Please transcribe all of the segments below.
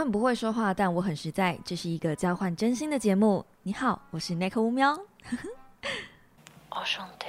很不会说话，但我很实在。这是一个交换真心的节目。你好，我是 Neko 乌喵。 哦，兄弟。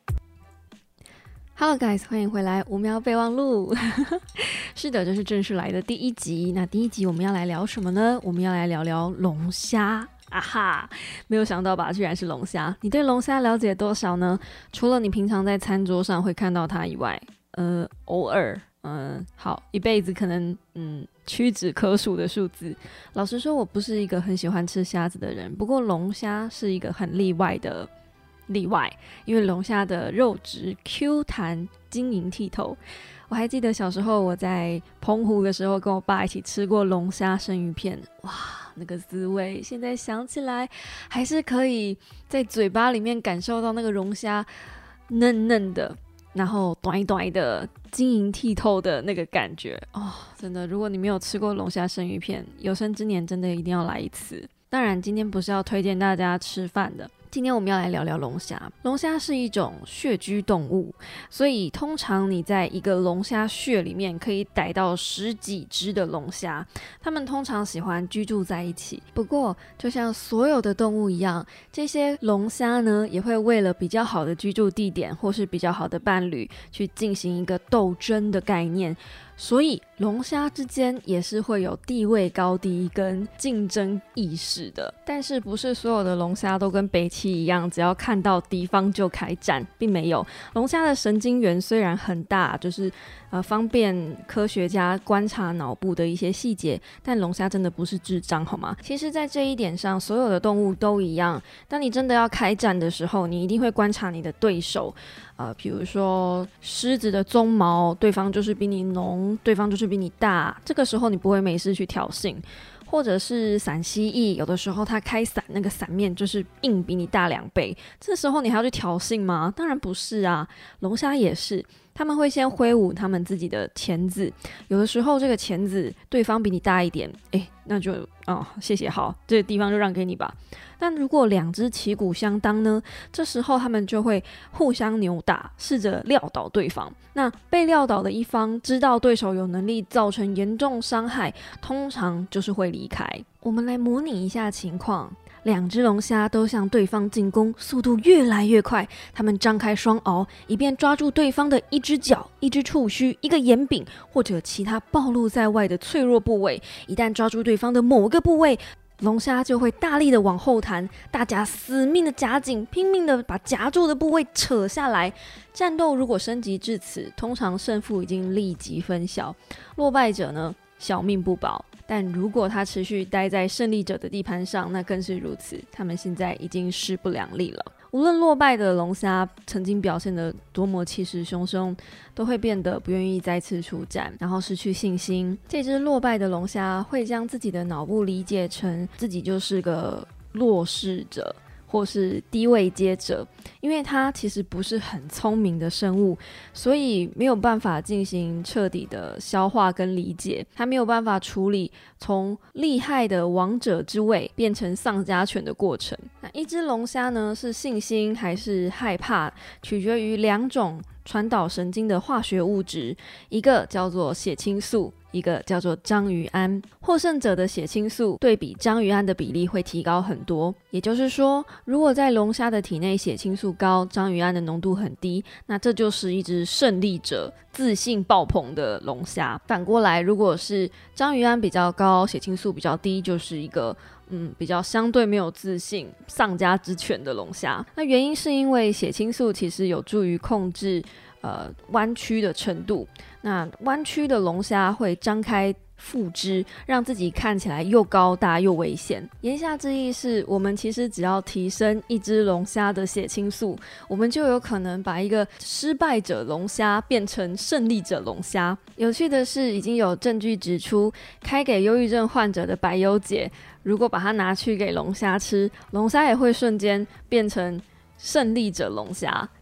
Hello guys， 欢迎回来无喵备忘录。是的，这是正式来的第一集。那第一集我们要来聊什么呢？我们要来聊聊龙虾。啊哈，没有想到吧，居然是龙虾。你对龙虾了解多少呢？除了你平常在餐桌上会看到它以外，偶尔，好，一辈子可能，屈指可数的数字。老实说，我不是一个很喜欢吃虾子的人，不过龙虾是一个很例外，因为龙虾的肉质 Q 弹、晶莹剔透。我还记得小时候我在澎湖的时候，跟我爸一起吃过龙虾生鱼片，哇，那个滋味，现在想起来还是可以在嘴巴里面感受到那个龙虾嫩嫩的，然后短短的、晶莹剔透的那个感觉哦，真的，如果你没有吃过龙虾生鱼片，有生之年真的一定要来一次。当然，今天不是要推荐大家吃饭的。今天我们要来聊聊龙虾。龙虾是一种穴居动物，所以通常你在一个龙虾穴里面可以逮到10几只的龙虾，它们通常喜欢居住在一起。不过，就像所有的动物一样，这些龙虾呢也会为了比较好的居住地点或是比较好的伴侣去进行一个斗争的概念。所以龙虾之间也是会有地位高低跟竞争意识的，但是不是所有的龙虾都跟北七一样，只要看到敌方就开战，并没有。龙虾的神经元虽然很大，就是方便科学家观察脑部的一些细节，但龙虾真的不是智障，好吗？其实在这一点上，所有的动物都一样，当你真的要开战的时候，你一定会观察你的对手。比如说狮子的鬃毛，对方就是比你浓，对方就是比你大，这个时候你不会没事去挑衅。或者是伞蜥蜴，有的时候它开伞，那个伞面就是硬比你大2倍，这时候你还要去挑衅吗？当然不是啊。龙虾也是，他们会先挥舞他们自己的钳子，有的时候这个钳子对方比你大一点，那就谢谢，好，这个地方就让给你吧。但如果2只旗鼓相当呢，这时候他们就会互相扭打，试着撂倒对方。那被撂倒的一方知道对手有能力造成严重伤害，通常就是会离开。我们来模拟一下情况，2只龙虾都向对方进攻，速度越来越快，他们张开双螯，以便抓住对方的一只脚、一只触须、一个眼柄或者其他暴露在外的脆弱部位。一旦抓住对方的某个部位，龙虾就会大力的往后弹，大家死命的夹紧，拼命的把夹住的部位扯下来。战斗如果升级至此，通常胜负已经立即分晓，落败者呢，小命不保。但如果他持续待在胜利者的地盘上，那更是如此，他们现在已经势不两立了。无论落败的龙虾曾经表现得多么气势汹汹，都会变得不愿意再次出战，然后失去信心。这只落败的龙虾会将自己的脑部理解成自己就是个弱势者或是低位阶者，因为它其实不是很聪明的生物，所以没有办法进行彻底的消化跟理解，它没有办法处理从厉害的王者之位变成丧家犬的过程。那一只龙虾呢，是信心还是害怕，取决于2种传导神经的化学物质，一个叫做血清素，一个叫做章鱼胺。获胜者的血清素对比章鱼胺的比例会提高很多，也就是说，如果在龙虾的体内血清素高，章鱼胺的浓度很低，那这就是一只胜利者、自信爆棚的龙虾。反过来，如果是章鱼胺比较高，血清素比较低，就是一个比较相对没有自信、丧家之犬的龙虾。那原因是因为血清素其实有助于控制弯曲的程度。那弯曲的龙虾会张开腹肢，让自己看起来又高大又危险。言下之意是，我们其实只要提升一只龙虾的血清素，我们就有可能把一个失败者龙虾变成胜利者龙虾。有趣的是，已经有证据指出，开给忧郁症患者的百忧解，如果把它拿去给龙虾吃，龙虾也会瞬间变成胜利者龙虾。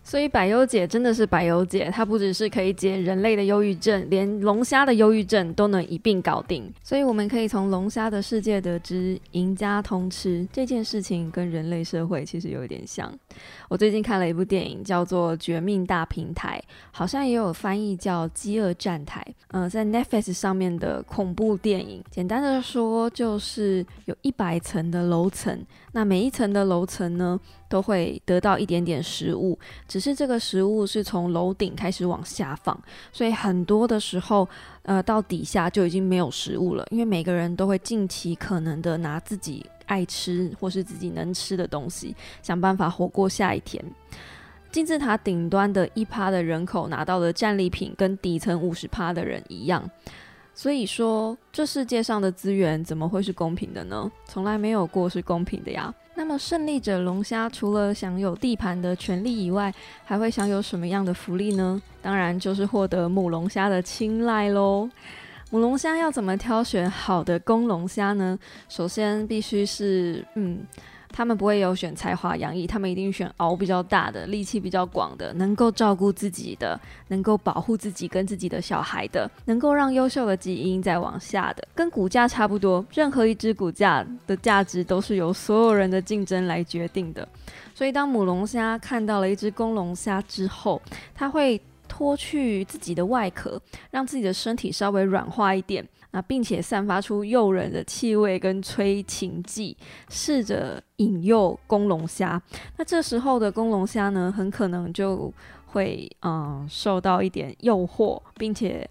所以百忧解真的是百忧解，它不只是可以解人类的忧郁症，连龙虾的忧郁症都能一并搞定。所以我们可以从龙虾的世界得知，赢家通吃这件事情跟人类社会其实有一点像。我最近看了一部电影叫做《绝命大平台》，好像也有翻译叫《饥饿站台》，在 Netflix 上面的恐怖电影。简单的说，就是有100层的楼层，那每一层的楼层呢，都会得到一点点食物，只是这个食物是从楼顶开始往下放，所以很多的时候到底下就已经没有食物了，因为每个人都会尽其可能的拿自己爱吃或是自己能吃的东西，想办法活过下一天。金字塔顶端的1%的人口拿到的战利品跟底层50%的人一样，所以说这世界上的资源怎么会是公平的呢？从来没有过是公平的呀。那么胜利者龙虾除了享有地盘的权利以外，还会享有什么样的福利呢？当然就是获得母龙虾的青睐咯。母龙虾要怎么挑选好的公龙虾呢？首先必须是他们不会有选才华洋溢，他们一定选螯比较大的，力气比较广的，能够照顾自己的，能够保护自己跟自己的小孩的，能够让优秀的基因再往下的，跟股价差不多，任何一只股价的价值都是由所有人的竞争来决定的。所以当母龙虾看到了一只公龙虾之后，它会脱去自己的外壳，让自己的身体稍微软化一点，并且散发出诱人的气味跟催情剂，试着引诱公龙虾。那这时候的公龙虾呢，很可能就会受到一点诱惑，并且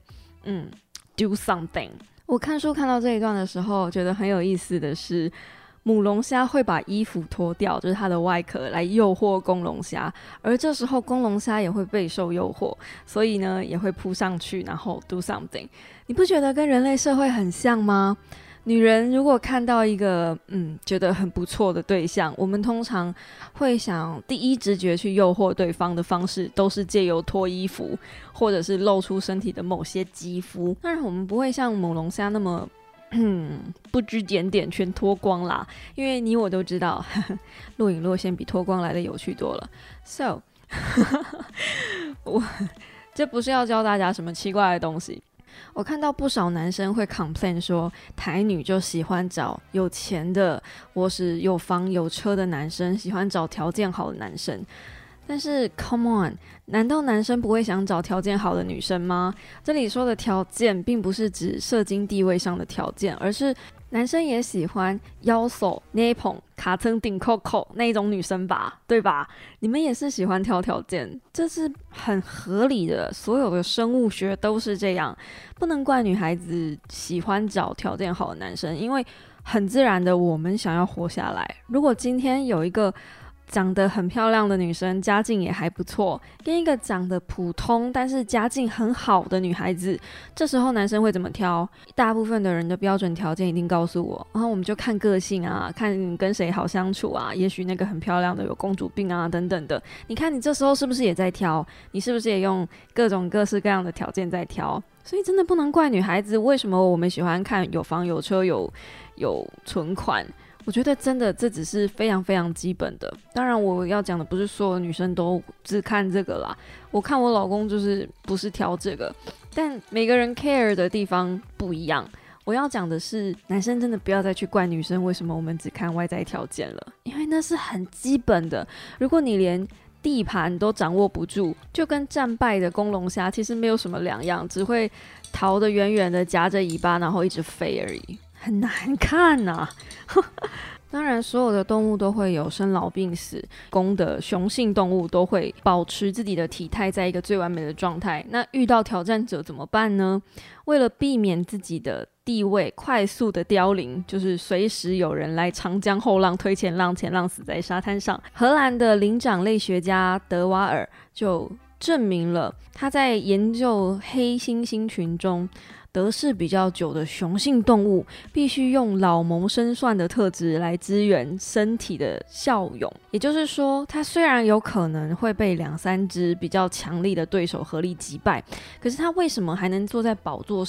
do something。我看书看到这一段的时候，觉得很有意思的是，母龙虾会把衣服脱掉，就是它的外壳，来诱惑公龙虾，而这时候公龙虾也会备受诱惑，所以呢也会扑上去，然后 do something。 你不觉得跟人类社会很像吗？女人如果看到一个觉得很不错的对象，我们通常会想第一直觉去诱惑对方的方式都是借由脱衣服，或者是露出身体的某些肌肤。当然我们不会像母龙虾那么不拘检点全脱光啦，因为你我都知道若隐若现比脱光来的有趣多了。 So 这不是要教大家什么奇怪的东西。我看到不少男生会 complain 说，台女就喜欢找有钱的或是有房有车的男生，喜欢找条件好的男生。但是 come on， 难道男生不会想找条件好的女生吗？这里说的条件并不是指社经地位上的条件，而是男生也喜欢腰瘦、内捧、卡层顶扣扣那一种女生吧，对吧？你们也是喜欢挑条件，这是很合理的，所有的生物学都是这样，不能怪女孩子喜欢找条件好的男生，因为很自然的我们想要活下来。如果今天有一个长得很漂亮的女生，家境也还不错，跟一个长得普通但是家境很好的女孩子，这时候男生会怎么挑？大部分的人的标准条件一定告诉我，然后我们就看个性啊，看你跟谁好相处啊，也许那个很漂亮的有公主病啊等等的，你看你这时候是不是也在挑？你是不是也用各种各式各样的条件在挑？所以真的不能怪女孩子为什么我们喜欢看有房有车有存款，我觉得真的这只是非常非常基本的。当然我要讲的不是所有女生都只看这个啦，我看我老公就是不是挑这个，但每个人 care 的地方不一样。我要讲的是，男生真的不要再去怪女生为什么我们只看外在条件了，因为那是很基本的。如果你连地盘都掌握不住，就跟战败的公龙虾其实没有什么两样，只会逃得远远的，夹着尾巴然后一直飞而已，很难看啊当然所有的动物都会有生老病死，公的雄性动物都会保持自己的体态在一个最完美的状态。那遇到挑战者怎么办呢？为了避免自己的地位快速的凋零，就是随时有人来长江后浪推前浪，前浪死在沙滩上，荷兰的灵长类学家德瓦尔就证明了，他在研究黑猩猩群中得势比较久的雄性动物必须用老谋深算的特质来支援身体的效用，也就是说它虽然有可能会被2-3只比较强力的对手合力击败，可是它为什么还能坐在宝座上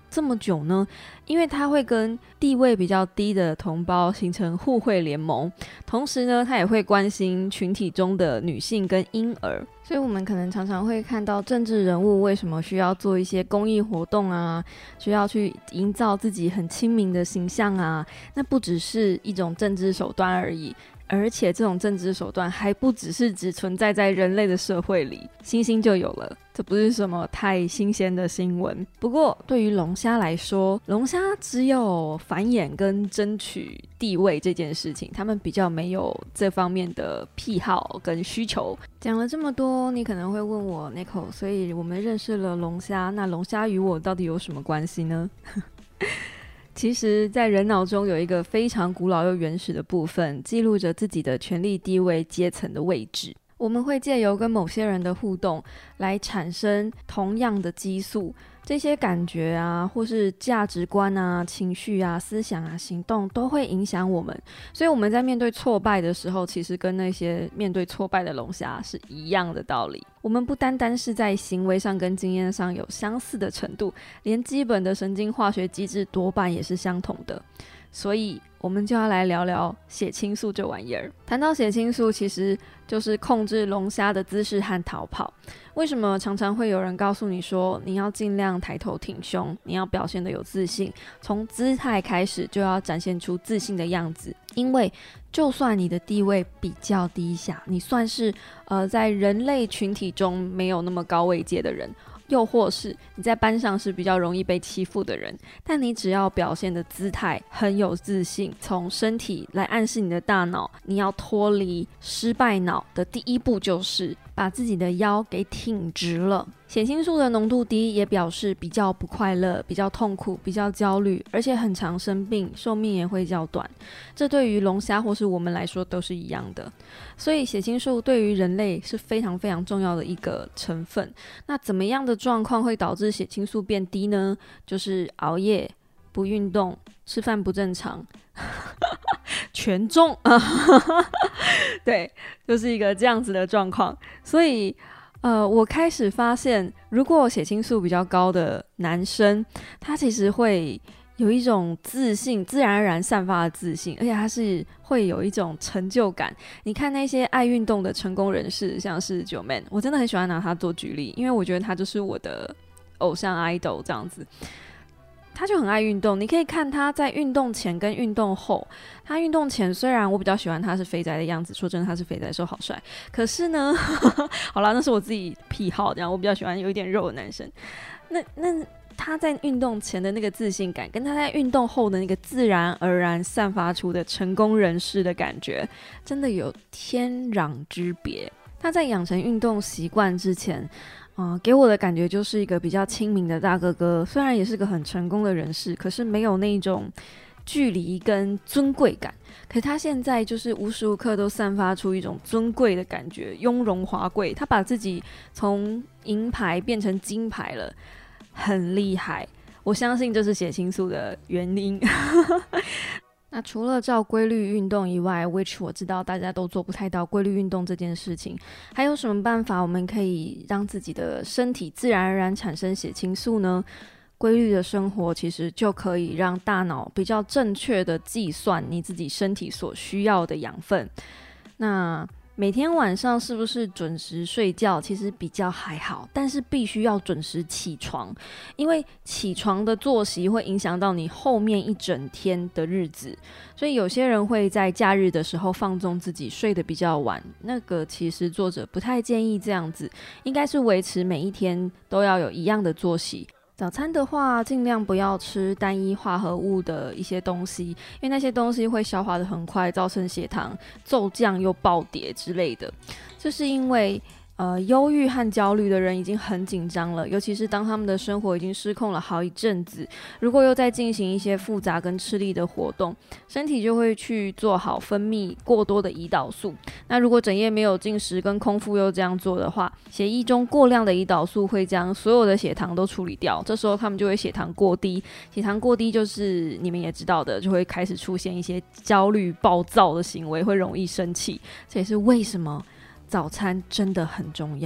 这么久呢？因为他会跟地位比较低的同胞形成互惠联盟，同时呢，他也会关心群体中的女性跟婴儿。所以我们可能常常会看到政治人物为什么需要做一些公益活动啊，需要去营造自己很亲民的形象啊，那不只是一种政治手段而已，而且这种政治手段还不只是只存在在人类的社会里，猩猩就有了，这不是什么太新鲜的新闻。不过对于龙虾来说，龙虾只有繁衍跟争取地位这件事情，他们比较没有这方面的癖好跟需求。讲了这么多，你可能会问我 Nico， 所以我们认识了龙虾，那龙虾与我到底有什么关系呢？其实在人脑中有一个非常古老又原始的部分，记录着自己的权力地位阶层的位置。我们会借由跟某些人的互动来产生同样的激素，这些感觉啊，或是价值观啊、情绪啊、思想啊、行动都会影响我们。所以我们在面对挫败的时候，其实跟那些面对挫败的龙虾是一样的道理。我们不单单是在行为上跟经验上有相似的程度，连基本的神经化学机制多半也是相同的。所以我们就要来聊聊血清素这玩意儿。谈到血清素，其实就是控制龙虾的姿势和逃跑。为什么常常会有人告诉你说，你要尽量抬头挺胸，你要表现得有自信，从姿态开始就要展现出自信的样子？因为就算你的地位比较低下，你算是在人类群体中没有那么高位阶的人，又或是你在班上是比较容易被欺负的人，但你只要表现的姿态很有自信，从身体来暗示你的大脑，你要脱离失败脑的第一步就是把自己的腰给挺直了。血清素的浓度低也表示比较不快乐、比较痛苦、比较焦虑，而且很常生病，寿命也会较短。这对于龙虾或是我们来说都是一样的。所以血清素对于人类是非常非常重要的一个成分。那怎么样的状况会导致血清素变低呢？就是熬夜、不运动、吃饭不正常全中对，就是一个这样子的状况。所以我开始发现，如果血清素比较高的男生，他其实会有一种自信，自然而然散发的自信，而且他是会有一种成就感。你看那些爱运动的成功人士，像是Joeman，我真的很喜欢拿他做举例，因为我觉得他就是我的偶像 idol 这样子。他就很爱运动，你可以看他在运动前跟运动后。他运动前虽然我比较喜欢他是肥宅的样子，说真的他是肥宅的时候好帅，可是呢好啦，那是我自己癖好，这样我比较喜欢有一点肉的男生。那他在运动前的那个自信感，跟他在运动后的那个自然而然散发出的成功人士的感觉，真的有天壤之别。他在养成运动习惯之前给我的感觉就是一个比较亲民的大哥哥，虽然也是个很成功的人士，可是没有那种距离跟尊贵感。可是他现在就是无时无刻都散发出一种尊贵的感觉，雍容华贵。他把自己从银牌变成金牌了，很厉害。我相信这是血清素的原因。那除了照规律运动以外 which 我知道大家都做不太到规律运动这件事情，还有什么办法我们可以让自己的身体自然而然产生血清素呢？规律的生活其实就可以让大脑比较正确的计算你自己身体所需要的养分。那每天晚上是不是准时睡觉其实比较还好，但是必须要准时起床，因为起床的作息会影响到你后面一整天的日子。所以有些人会在假日的时候放纵自己，睡得比较晚，那个其实作者不太建议这样子，应该是维持每一天都要有一样的作息。早餐的话尽量不要吃单一化合物的一些东西，因为那些东西会消化得很快，造成血糖骤降又暴跌之类的。这是因为忧郁和焦虑的人已经很紧张了，尤其是当他们的生活已经失控了好一阵子，如果又再进行一些复杂跟吃力的活动，身体就会去做好分泌过多的胰岛素。那如果整夜没有进食跟空腹又这样做的话，血液中过量的胰岛素会将所有的血糖都处理掉，这时候他们就会血糖过低。血糖过低就是你们也知道的，就会开始出现一些焦虑暴躁的行为，会容易生气。这也是为什么早餐真的很重要。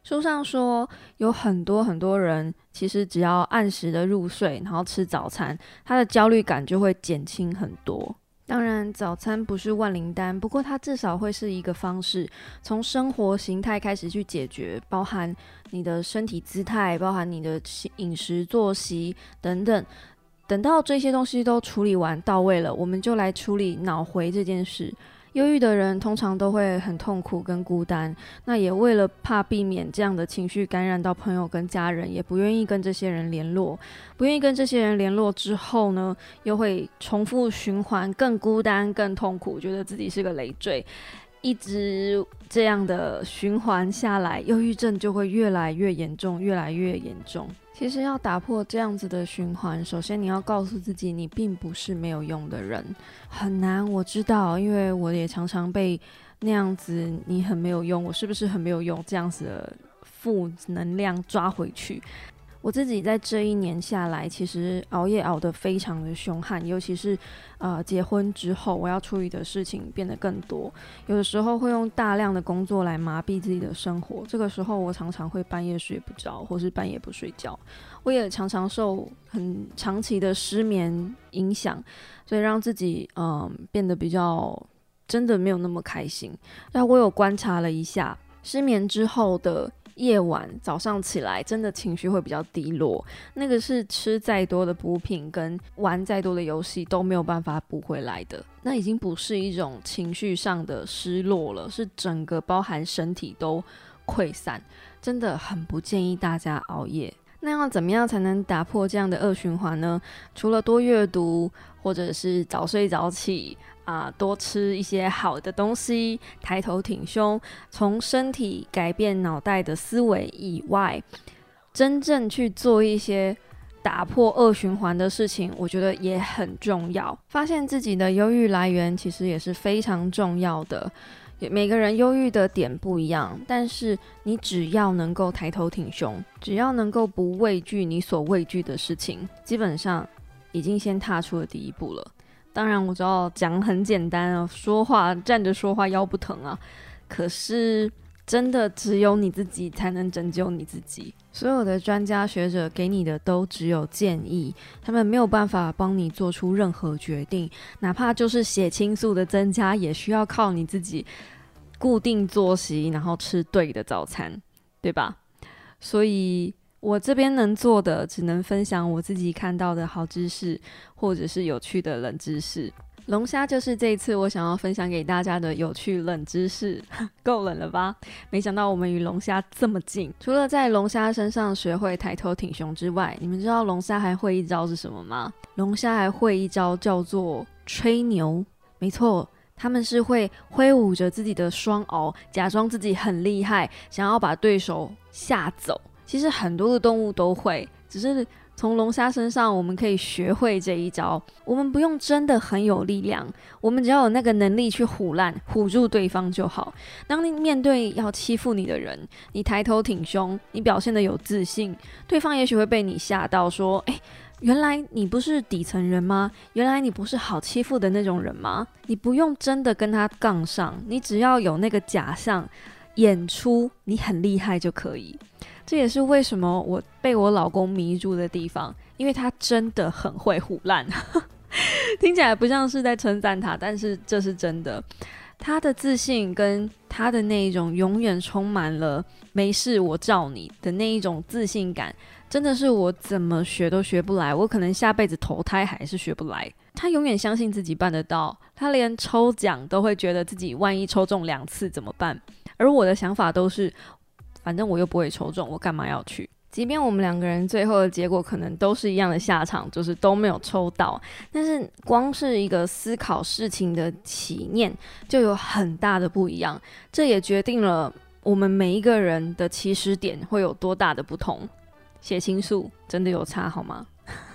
书上说，有很多人其实只要按时的入睡，然后吃早餐，他的焦虑感就会减轻很多。当然，早餐不是万灵丹，不过它至少会是一个方式，从生活形态开始去解决，包含你的身体姿态，包含你的饮食作息等等。等到这些东西都处理完到位了，我们就来处理脑回这件事。忧郁的人通常都会很痛苦跟孤单，那也为了怕避免这样的情绪感染到朋友跟家人，也不愿意跟这些人联络。不愿意跟这些人联络之后呢，又会重复循环，更孤单更痛苦，觉得自己是个累赘。一直这样的循环下来，忧郁症就会越来越严重，越来越严重。其实要打破这样子的循环，首先你要告诉自己，你并不是没有用的人。很难，我知道，因为我也常常被那样子你很没有用，我是不是很没有用这样子的负能量抓回去。我自己在这一年下来，其实熬夜熬得非常的凶悍，尤其是结婚之后，我要处理的事情变得更多，有的时候会用大量的工作来麻痹自己的生活，这个时候我常常会半夜睡不着，或是半夜不睡觉，我也常常受很长期的失眠影响，所以让自己变得比较真的没有那么开心。那我有观察了一下，失眠之后的夜晚早上起来真的情绪会比较低落，那个是吃再多的补品跟玩再多的游戏都没有办法补回来的。那已经不是一种情绪上的失落了，是整个包含身体都溃散，真的很不建议大家熬夜。那要怎么样才能打破这样的恶循环呢？除了多阅读或者是早睡早起多吃一些好的东西，抬头挺胸，从身体改变脑袋的思维以外，真正去做一些打破恶循环的事情，我觉得也很重要。发现自己的忧郁来源其实也是非常重要的。每个人忧郁的点不一样，但是你只要能够抬头挺胸，只要能够不畏惧你所畏惧的事情，基本上已经先踏出了第一步了。当然我知道讲很简单啊，说话站着说话腰不疼啊，可是真的只有你自己才能拯救你自己。所有的专家学者给你的都只有建议，他们没有办法帮你做出任何决定，哪怕就是血清素的增加，也需要靠你自己固定作息，然后吃对的早餐，对吧？所以我这边能做的只能分享我自己看到的好知识，或者是有趣的冷知识。龙虾就是这一次我想要分享给大家的有趣冷知识。够冷了吧？没想到我们与龙虾这么近。除了在龙虾身上学会抬头挺胸之外，你们知道龙虾还会一招是什么吗？龙虾还会一招叫做吹牛。没错，他们是会挥舞着自己的双螯，假装自己很厉害，想要把对手吓走。其实很多的动物都会，只是从龙虾身上我们可以学会这一招。我们不用真的很有力量，我们只要有那个能力去唬住对方就好。当你面对要欺负你的人，你抬头挺胸，你表现得有自信，对方也许会被你吓到，说原来你不是底层人吗？原来你不是好欺负的那种人吗？你不用真的跟他杠上，你只要有那个假象，演出你很厉害就可以。这也是为什么我被我老公迷住的地方，因为他真的很会唬烂。听起来不像是在称赞他，但是这是真的。他的自信跟他的那一种永远充满了没事我罩你的那一种自信感，真的是我怎么学都学不来，我可能下辈子投胎还是学不来。他永远相信自己办得到，他连抽奖都会觉得自己万一抽中2次怎么办，而我的想法都是反正我又不会抽中，我干嘛要去？即便我们2个人最后的结果可能都是一样的下场，就是都没有抽到，但是光是一个思考事情的起念就有很大的不一样，这也决定了我们每一个人的起始点会有多大的不同。血清素真的有差好吗？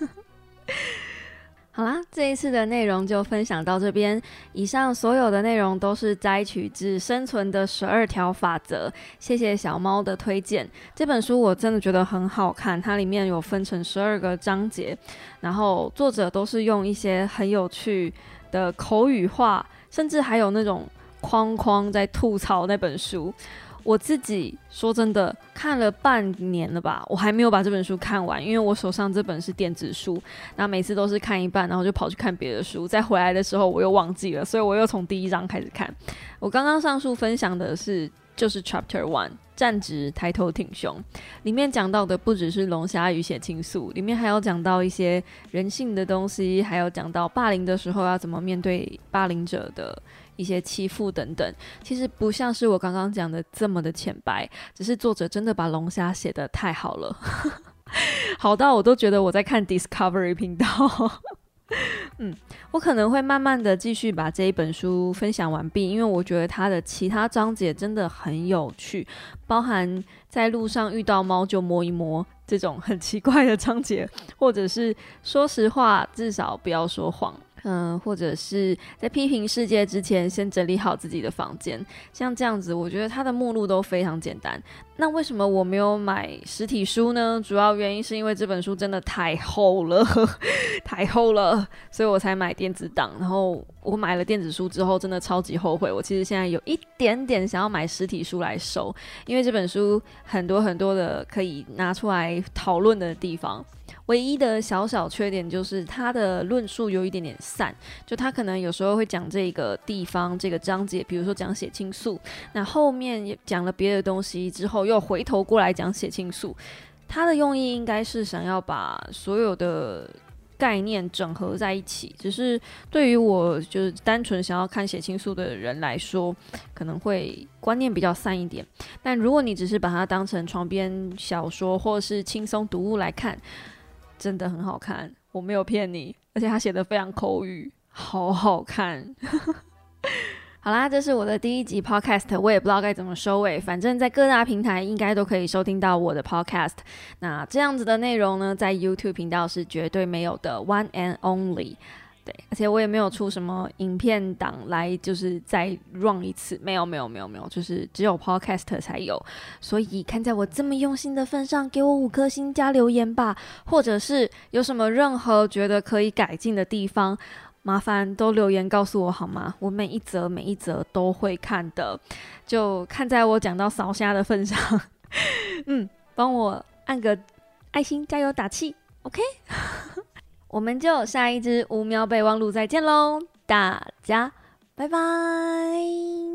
好啦，这一次的内容就分享到这边。以上所有的内容都是摘取自《生存的12条法则》，谢谢小猫的推荐。这本书我真的觉得很好看，它里面有分成12个章节，然后作者都是用一些很有趣的口语化，甚至还有那种框框在吐槽那本书。 我自己说真的看了半年了吧，我还没有把这本书看完，因为我手上这本是电子书，那每次都是看一半，然后就跑去看别的书，再回来的时候我又忘记了，所以我又从第一章开始看。我刚刚上述分享的就是 Chapter 1站直抬头挺胸，里面讲到的不只是龙虾与血清素，里面还有讲到一些人性的东西，还有讲到霸凌的时候要怎么面对霸凌者的一些欺负等等。其实不像是我刚刚讲的这么的浅白，只是作者真的把龙虾写得太好了好到我都觉得我在看 Discovery 频道我可能会慢慢的继续把这一本书分享完毕，因为我觉得它的其他章节真的很有趣，包含在路上遇到猫就摸一摸这种很奇怪的章节，或者是说实话至少不要说谎，或者是在批评世界之前先整理好自己的房间，像这样子我觉得它的目录都非常简单。那为什么我没有买实体书呢？主要原因是因为这本书真的太厚了太厚了，所以我才买电子档。然后我买了电子书之后真的超级后悔，我其实现在有一点点想要买实体书来收，因为这本书很多很多的可以拿出来讨论的地方。唯一的小小缺点就是它的论述有一点点散，就它可能有时候会讲这个地方这个章节，比如说讲血清素，那后面也讲了别的东西之后又回头过来讲血清素，它的用意应该是想要把所有的概念整合在一起，只是对于我就是单纯想要看血清素的人来说，可能会观念比较散一点。但如果你只是把它当成床边小说或是轻松读物来看，真的很好看，我没有骗你，而且他写得非常口语，好好看好啦，这是我的第一集 podcast， 我也不知道该怎么收尾，反正在各大平台应该都可以收听到我的 podcast。 那这样子的内容呢，在 YouTube 频道是绝对没有的 One and Only， 对，而且我也没有出什么影片档来就是再 run 一次，没有，就是只有 podcast 才有。所以看在我这么用心的份上，给我5颗星加留言吧，或者是有什么任何觉得可以改进的地方，麻烦都留言告诉我好吗？我每一则都会看的，就看在我讲到扫虾的份上帮我按个爱心加油打气 OK 我们就下一支5秒备忘录再见咯，大家拜拜。